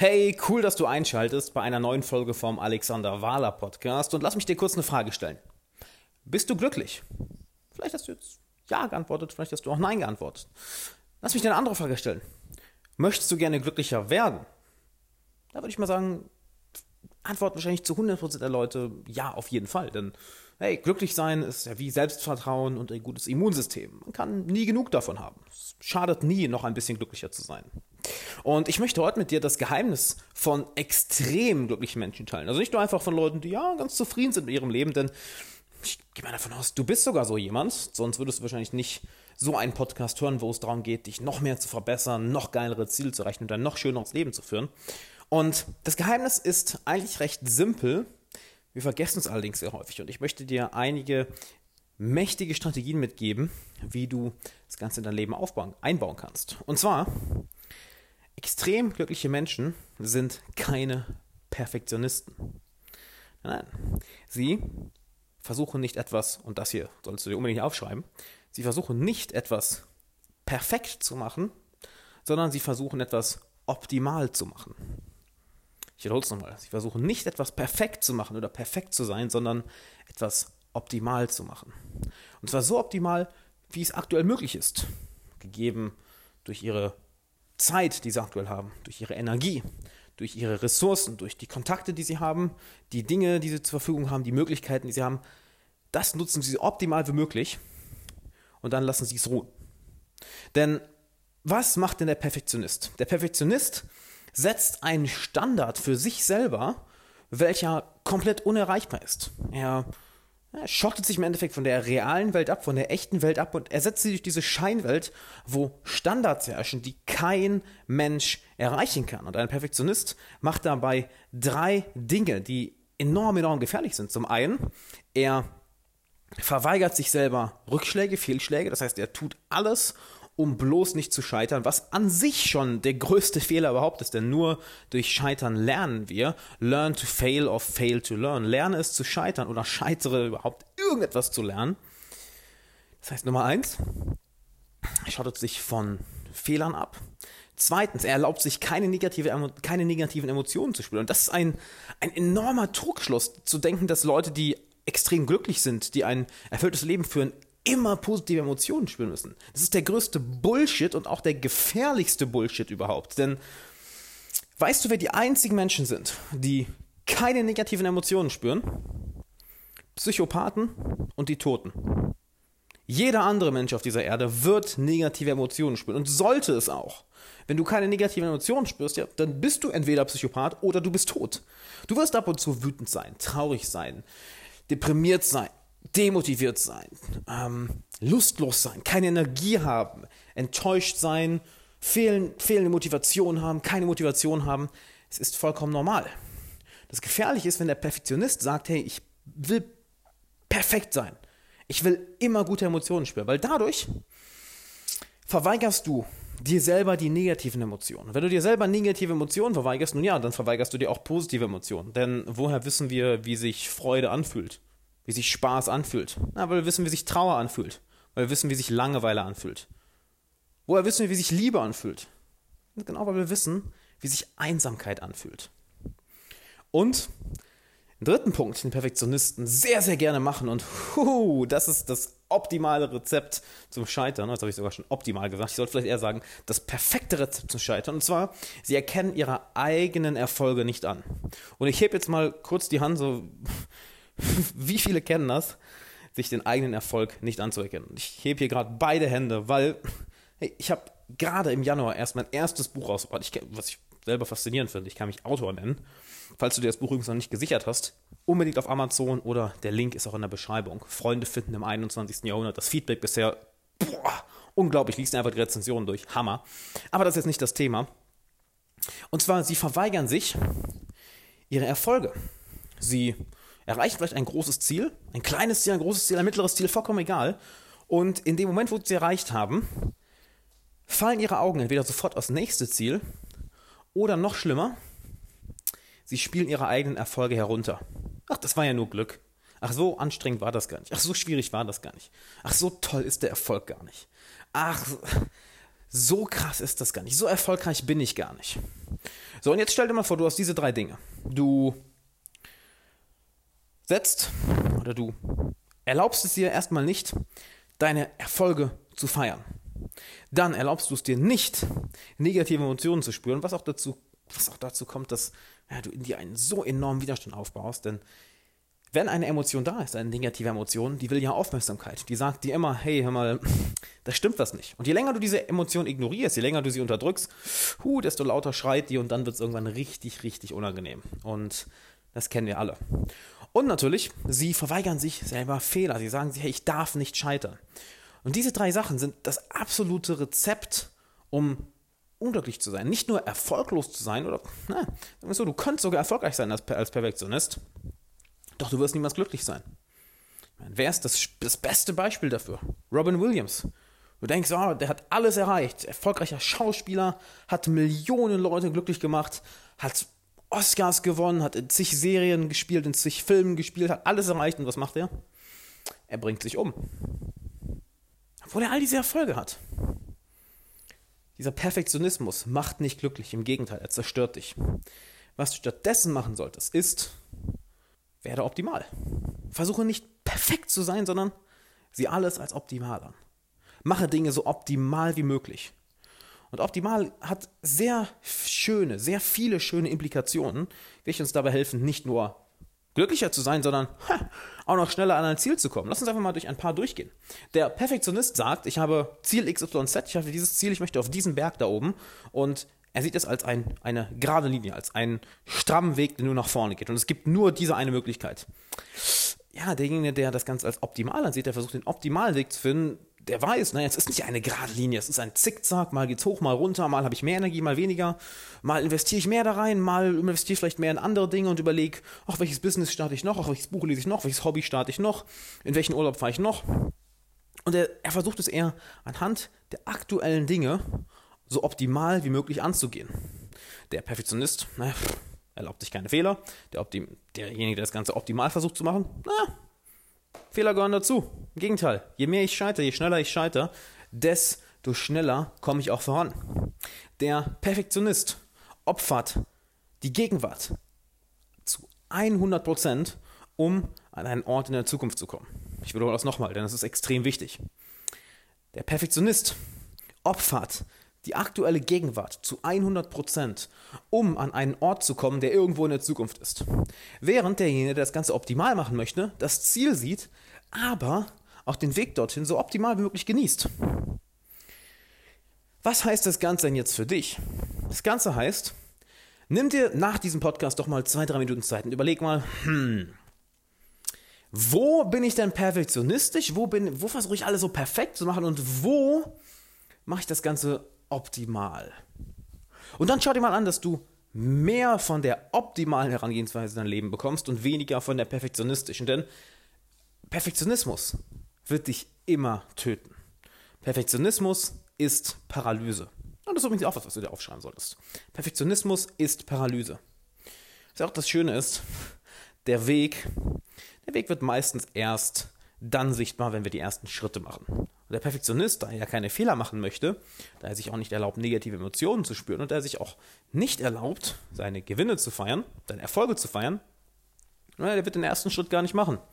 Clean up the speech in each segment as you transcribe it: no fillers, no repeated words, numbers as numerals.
Hey, cool, dass du einschaltest bei einer neuen Folge vom Alexander Wahler Podcast und lass mich dir kurz eine Frage stellen. Bist du glücklich? Vielleicht hast du jetzt Ja geantwortet, vielleicht hast du auch Nein geantwortet. Lass mich dir eine andere Frage stellen. Möchtest du gerne glücklicher werden? Da würde ich mal sagen, antworten wahrscheinlich zu 100% der Leute ja, auf jeden Fall. Denn hey, glücklich sein ist ja wie Selbstvertrauen und ein gutes Immunsystem. Man kann nie genug davon haben. Es schadet nie, noch ein bisschen glücklicher zu sein. Und ich möchte heute mit dir das Geheimnis von extrem glücklichen Menschen teilen. Also nicht nur einfach von Leuten, die ja ganz zufrieden sind mit ihrem Leben, denn ich gehe mal davon aus, du bist sogar so jemand, sonst würdest du wahrscheinlich nicht so einen Podcast hören, wo es darum geht, dich noch mehr zu verbessern, noch geilere Ziele zu erreichen und ein noch schöneres Leben zu führen. Und das Geheimnis ist eigentlich recht simpel. Wir vergessen es allerdings sehr häufig und ich möchte dir einige mächtige Strategien mitgeben, wie du das Ganze in dein Leben einbauen kannst. Und zwar, extrem glückliche Menschen sind keine Perfektionisten. Nein, sie versuchen nicht etwas, und das hier sollst du dir unbedingt aufschreiben, sie versuchen nicht etwas perfekt zu machen, sondern sie versuchen etwas optimal zu machen. Ich wiederhole es nochmal. Sie versuchen nicht etwas perfekt zu machen oder perfekt zu sein, sondern etwas optimal zu machen. Und zwar so optimal, wie es aktuell möglich ist. Gegeben durch ihre Zeit, die sie aktuell haben, durch ihre Energie, durch ihre Ressourcen, durch die Kontakte, die sie haben, die Dinge, die sie zur Verfügung haben, die Möglichkeiten, die sie haben. Das nutzen sie so optimal wie möglich und dann lassen sie es ruhen. Denn was macht denn der Perfektionist? Der Perfektionist setzt einen Standard für sich selber, welcher komplett unerreichbar ist. Er schottet sich im Endeffekt von der realen Welt ab, von der echten Welt ab und ersetzt sie durch diese Scheinwelt, wo Standards herrschen, die kein Mensch erreichen kann. Und ein Perfektionist macht dabei 3 Dinge, die enorm gefährlich sind. Zum einen, er verweigert sich selber Rückschläge, Fehlschläge, das heißt, er tut alles, um bloß nicht zu scheitern, was an sich schon der größte Fehler überhaupt ist, denn nur durch Scheitern lernen wir. Learn to fail or fail to learn. Lerne es zu scheitern oder scheitere überhaupt irgendetwas zu lernen. Das heißt, Nummer 1, er schottet sich von Fehlern ab. Zweitens, er erlaubt sich keine negativen Emotionen zu spüren. Und das ist ein enormer Trugschluss, zu denken, dass Leute, die extrem glücklich sind, die ein erfülltes Leben führen, immer positive Emotionen spüren müssen. Das ist der größte Bullshit und auch der gefährlichste Bullshit überhaupt. Denn weißt du, wer die einzigen Menschen sind, die keine negativen Emotionen spüren? Psychopathen und die Toten. Jeder andere Mensch auf dieser Erde wird negative Emotionen spüren und sollte es auch. Wenn du keine negativen Emotionen spürst, ja, dann bist du entweder Psychopath oder du bist tot. Du wirst ab und zu wütend sein, traurig sein, deprimiert sein, demotiviert sein, lustlos sein, keine Energie haben, enttäuscht sein, fehlende Motivation haben, keine Motivation haben. Es ist vollkommen normal. Das Gefährliche ist, wenn der Perfektionist sagt, hey, ich will perfekt sein. Ich will immer gute Emotionen spüren, weil dadurch verweigerst du dir selber die negativen Emotionen. Wenn du dir selber negative Emotionen verweigerst, nun ja, dann verweigerst du dir auch positive Emotionen. Denn woher wissen wir, wie sich Freude anfühlt? Wie sich Spaß anfühlt? Na, weil wir wissen, wie sich Trauer anfühlt. Weil wir wissen, wie sich Langeweile anfühlt. Woher wissen wir, wie sich Liebe anfühlt? Genau, weil wir wissen, wie sich Einsamkeit anfühlt. Und den dritten Punkt, den Perfektionisten sehr gerne machen und das ist das optimale Rezept zum Scheitern. Jetzt habe ich sogar schon optimal gesagt. Ich sollte vielleicht eher sagen, das perfekte Rezept zum Scheitern. Und zwar, sie erkennen ihre eigenen Erfolge nicht an. Und ich hebe jetzt mal kurz die Hand, so wie viele kennen das, sich den eigenen Erfolg nicht anzuerkennen. Ich hebe hier gerade beide Hände, weil hey, ich habe gerade im Januar erst mein erstes Buch rausgebracht, was ich selber faszinierend finde. Ich kann mich Autor nennen. Falls du dir das Buch übrigens noch nicht gesichert hast, unbedingt auf Amazon oder der Link ist auch in der Beschreibung. Freunde finden im 21. Jahrhundert. Das Feedback bisher, unglaublich, liest einfach die Rezensionen durch. Hammer. Aber das ist jetzt nicht das Thema. Und zwar, sie verweigern sich ihre Erfolge. Sie erreichen vielleicht ein großes Ziel, ein kleines Ziel, ein großes Ziel, ein mittleres Ziel, vollkommen egal. Und in dem Moment, wo sie erreicht haben, fallen ihre Augen entweder sofort aufs nächste Ziel oder noch schlimmer, sie spielen ihre eigenen Erfolge herunter. Ach, das war ja nur Glück. Ach, so anstrengend war das gar nicht. Ach, so schwierig war das gar nicht. Ach, so toll ist der Erfolg gar nicht. Ach, So krass ist das gar nicht. So erfolgreich bin ich gar nicht. So, und jetzt stell dir mal vor, du hast diese 3 Dinge. Du du erlaubst es dir erstmal nicht, deine Erfolge zu feiern. Dann erlaubst du es dir nicht, negative Emotionen zu spüren, was auch dazu kommt, dass du in dir einen so enormen Widerstand aufbaust. Denn wenn eine Emotion da ist, eine negative Emotion, die will ja Aufmerksamkeit. Die sagt dir immer, hey, hör mal, da stimmt was nicht. Und je länger du diese Emotion ignorierst, je länger du sie unterdrückst, desto lauter schreit die und dann wird es irgendwann richtig, richtig unangenehm. Und das kennen wir alle. Und natürlich, sie verweigern sich selber Fehler. Sie sagen sich, hey, ich darf nicht scheitern. Und diese 3 Sachen sind das absolute Rezept, um unglücklich zu sein. Nicht nur erfolglos zu sein, oder, sagen wir so, du könntest sogar erfolgreich sein als Perfektionist, doch du wirst niemals glücklich sein. Wer ist das beste Beispiel dafür? Robin Williams. Du denkst, der hat alles erreicht. Erfolgreicher Schauspieler, hat Millionen Leute glücklich gemacht, hat Oscars gewonnen, hat in zig Serien gespielt, in zig Filmen gespielt, hat alles erreicht. Und was macht er? Er bringt sich um. Obwohl er all diese Erfolge hat. Dieser Perfektionismus macht nicht glücklich, im Gegenteil, er zerstört dich. Was du stattdessen machen solltest, ist, werde optimal. Versuche nicht perfekt zu sein, sondern sieh alles als optimal an. Mache Dinge so optimal wie möglich. Und optimal hat sehr viele schöne Implikationen, welche uns dabei helfen, nicht nur glücklicher zu sein, sondern auch noch schneller an ein Ziel zu kommen. Lass uns einfach mal durch ein paar durchgehen. Der Perfektionist sagt, ich habe Ziel XYZ, ich habe dieses Ziel, ich möchte auf diesen Berg da oben, und er sieht es als eine gerade Linie, als einen strammen Weg, der nur nach vorne geht. Und es gibt nur diese eine Möglichkeit. Ja, derjenige, der das Ganze als optimal ansieht, der versucht, den optimalen Weg zu finden, der weiß, es ist nicht eine gerade Linie, es ist ein Zickzack, mal geht's hoch, mal runter, mal habe ich mehr Energie, mal weniger, mal investiere ich mehr da rein, mal investiere ich vielleicht mehr in andere Dinge und überlege, welches Business starte ich noch, welches Buch lese ich noch, welches Hobby starte ich noch, in welchen Urlaub fahre ich noch. Und er versucht es eher anhand der aktuellen Dinge so optimal wie möglich anzugehen. Der Perfektionist, erlaubt sich keine Fehler, derjenige, der das Ganze optimal versucht zu machen, Fehler gehören dazu. Im Gegenteil, je mehr ich scheitere, je schneller ich scheitere, desto schneller komme ich auch voran. Der Perfektionist opfert die Gegenwart zu 100%, um an einen Ort in der Zukunft zu kommen. Ich wiederhole das nochmal, denn das ist extrem wichtig. Der Perfektionist opfert die aktuelle Gegenwart zu 100%, um an einen Ort zu kommen, der irgendwo in der Zukunft ist. Während derjenige, der das Ganze optimal machen möchte, das Ziel sieht, aber auch den Weg dorthin so optimal wie möglich genießt. Was heißt das Ganze denn jetzt für dich? Das Ganze heißt, nimm dir nach diesem Podcast doch mal 2-3 Minuten Zeit und überleg mal, wo bin ich denn perfektionistisch? Wo versuche ich alles so perfekt zu machen und wo mache ich das Ganze optimal? Und dann schau dir mal an, dass du mehr von der optimalen Herangehensweise in dein Leben bekommst und weniger von der perfektionistischen. Denn Perfektionismus wird dich immer töten. Perfektionismus ist Paralyse. Und das ist übrigens auch was du dir aufschreiben solltest. Perfektionismus ist Paralyse. Was auch das Schöne ist, der Weg wird meistens erst dann sichtbar, wenn wir die ersten Schritte machen. Und der Perfektionist, da er ja keine Fehler machen möchte, da er sich auch nicht erlaubt, negative Emotionen zu spüren und da er sich auch nicht erlaubt, seine Gewinne zu feiern, seine Erfolge zu feiern, der wird den ersten Schritt gar nicht machen.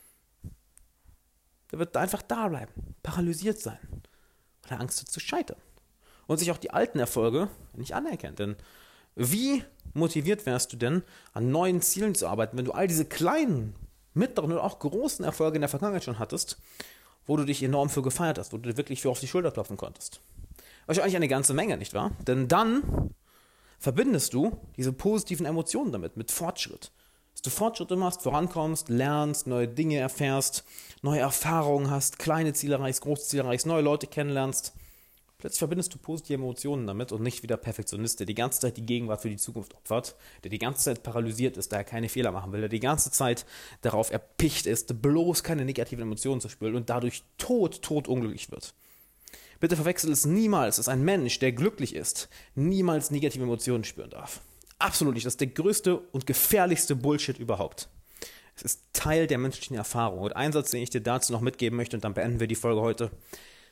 Der wird einfach da bleiben, paralysiert sein, weil er Angst hat zu scheitern und sich auch die alten Erfolge nicht anerkennt. Denn wie motiviert wärst du denn, an neuen Zielen zu arbeiten, wenn du all diese kleinen, mittleren oder auch großen Erfolge in der Vergangenheit schon hattest, wo du dich enorm für gefeiert hast, wo du dir wirklich für auf die Schulter klopfen konntest? Wahrscheinlich eine ganze Menge, nicht wahr? Denn dann verbindest du diese positiven Emotionen damit, mit Fortschritt. Dass du Fortschritte machst, vorankommst, lernst, neue Dinge erfährst, neue Erfahrungen hast, kleine Ziele erreichst, große Ziele erreichst, neue Leute kennenlernst. Plötzlich verbindest du positive Emotionen damit und nicht wie der Perfektionist, der die ganze Zeit die Gegenwart für die Zukunft opfert, der die ganze Zeit paralysiert ist, da er keine Fehler machen will, der die ganze Zeit darauf erpicht ist, bloß keine negativen Emotionen zu spüren und dadurch unglücklich wird. Bitte verwechsel es niemals, dass ein Mensch, der glücklich ist, niemals negative Emotionen spüren darf. Absolut nicht, das ist der größte und gefährlichste Bullshit überhaupt. Es ist Teil der menschlichen Erfahrung. Und einen Satz, den ich dir dazu noch mitgeben möchte, und dann beenden wir die Folge heute.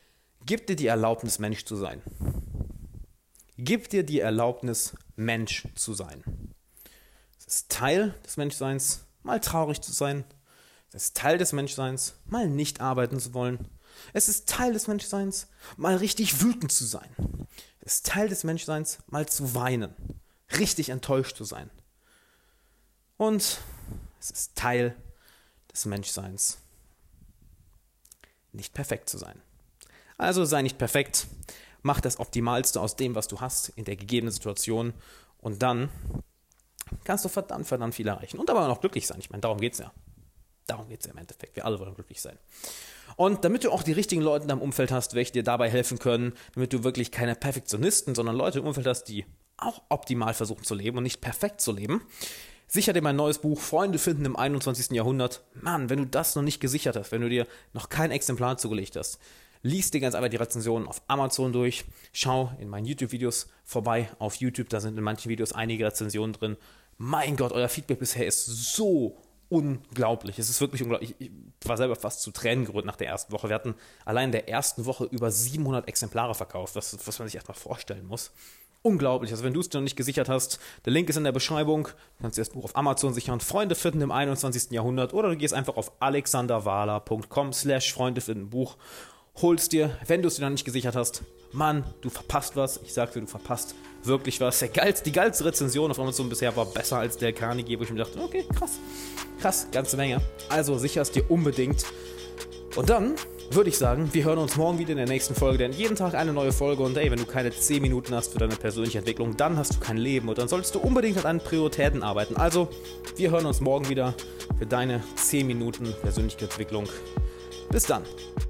Gib dir die Erlaubnis, Mensch zu sein. Gib dir die Erlaubnis, Mensch zu sein. Es ist Teil des Menschseins, mal traurig zu sein. Es ist Teil des Menschseins, mal nicht arbeiten zu wollen. Es ist Teil des Menschseins, mal richtig wütend zu sein. Es ist Teil des Menschseins, mal zu weinen, richtig enttäuscht zu sein. Und es ist Teil des Menschseins, nicht perfekt zu sein. Also sei nicht perfekt, mach das Optimalste aus dem, was du hast in der gegebenen Situation und dann kannst du verdammt viel erreichen und aber auch noch glücklich sein. Ich meine, darum geht es ja. Darum geht es ja im Endeffekt. Wir alle wollen glücklich sein. Und damit du auch die richtigen Leute in deinem Umfeld hast, welche dir dabei helfen können, damit du wirklich keine Perfektionisten, sondern Leute im Umfeld hast, die auch optimal versuchen zu leben und nicht perfekt zu leben, sicher dir mein neues Buch Freunde finden im 21. Jahrhundert. Mann, wenn du das noch nicht gesichert hast, wenn du dir noch kein Exemplar zugelegt hast, lies dir ganz einfach die Rezensionen auf Amazon durch, schau in meinen YouTube-Videos vorbei auf YouTube, da sind in manchen Videos einige Rezensionen drin. Mein Gott, euer Feedback bisher ist so unglaublich. Es ist wirklich unglaublich. Ich war selber fast zu Tränen gerührt nach der ersten Woche. Wir hatten allein in der ersten Woche über 700 Exemplare verkauft, was man sich erstmal vorstellen muss. Unglaublich. Also wenn du es noch nicht gesichert hast, der Link ist in der Beschreibung. Du kannst dir das Buch auf Amazon sichern. Freunde finden im 21. Jahrhundert. Oder du gehst einfach auf alexanderwahler.com/Freunde finden Buch. Holst dir, wenn du es dir noch nicht gesichert hast, Mann, du verpasst was. Ich sag dir, du verpasst wirklich was. Die geilste Rezension auf Amazon bisher war besser als der Carnegie, wo ich mir dachte, okay, krass, ganze Menge. Also sicherst dir unbedingt. Und dann würde ich sagen, wir hören uns morgen wieder in der nächsten Folge, denn jeden Tag eine neue Folge und ey, wenn du keine 10 Minuten hast für deine persönliche Entwicklung, dann hast du kein Leben und dann solltest du unbedingt an deinen Prioritäten arbeiten. Also, wir hören uns morgen wieder für deine 10 Minuten persönliche Entwicklung. Bis dann.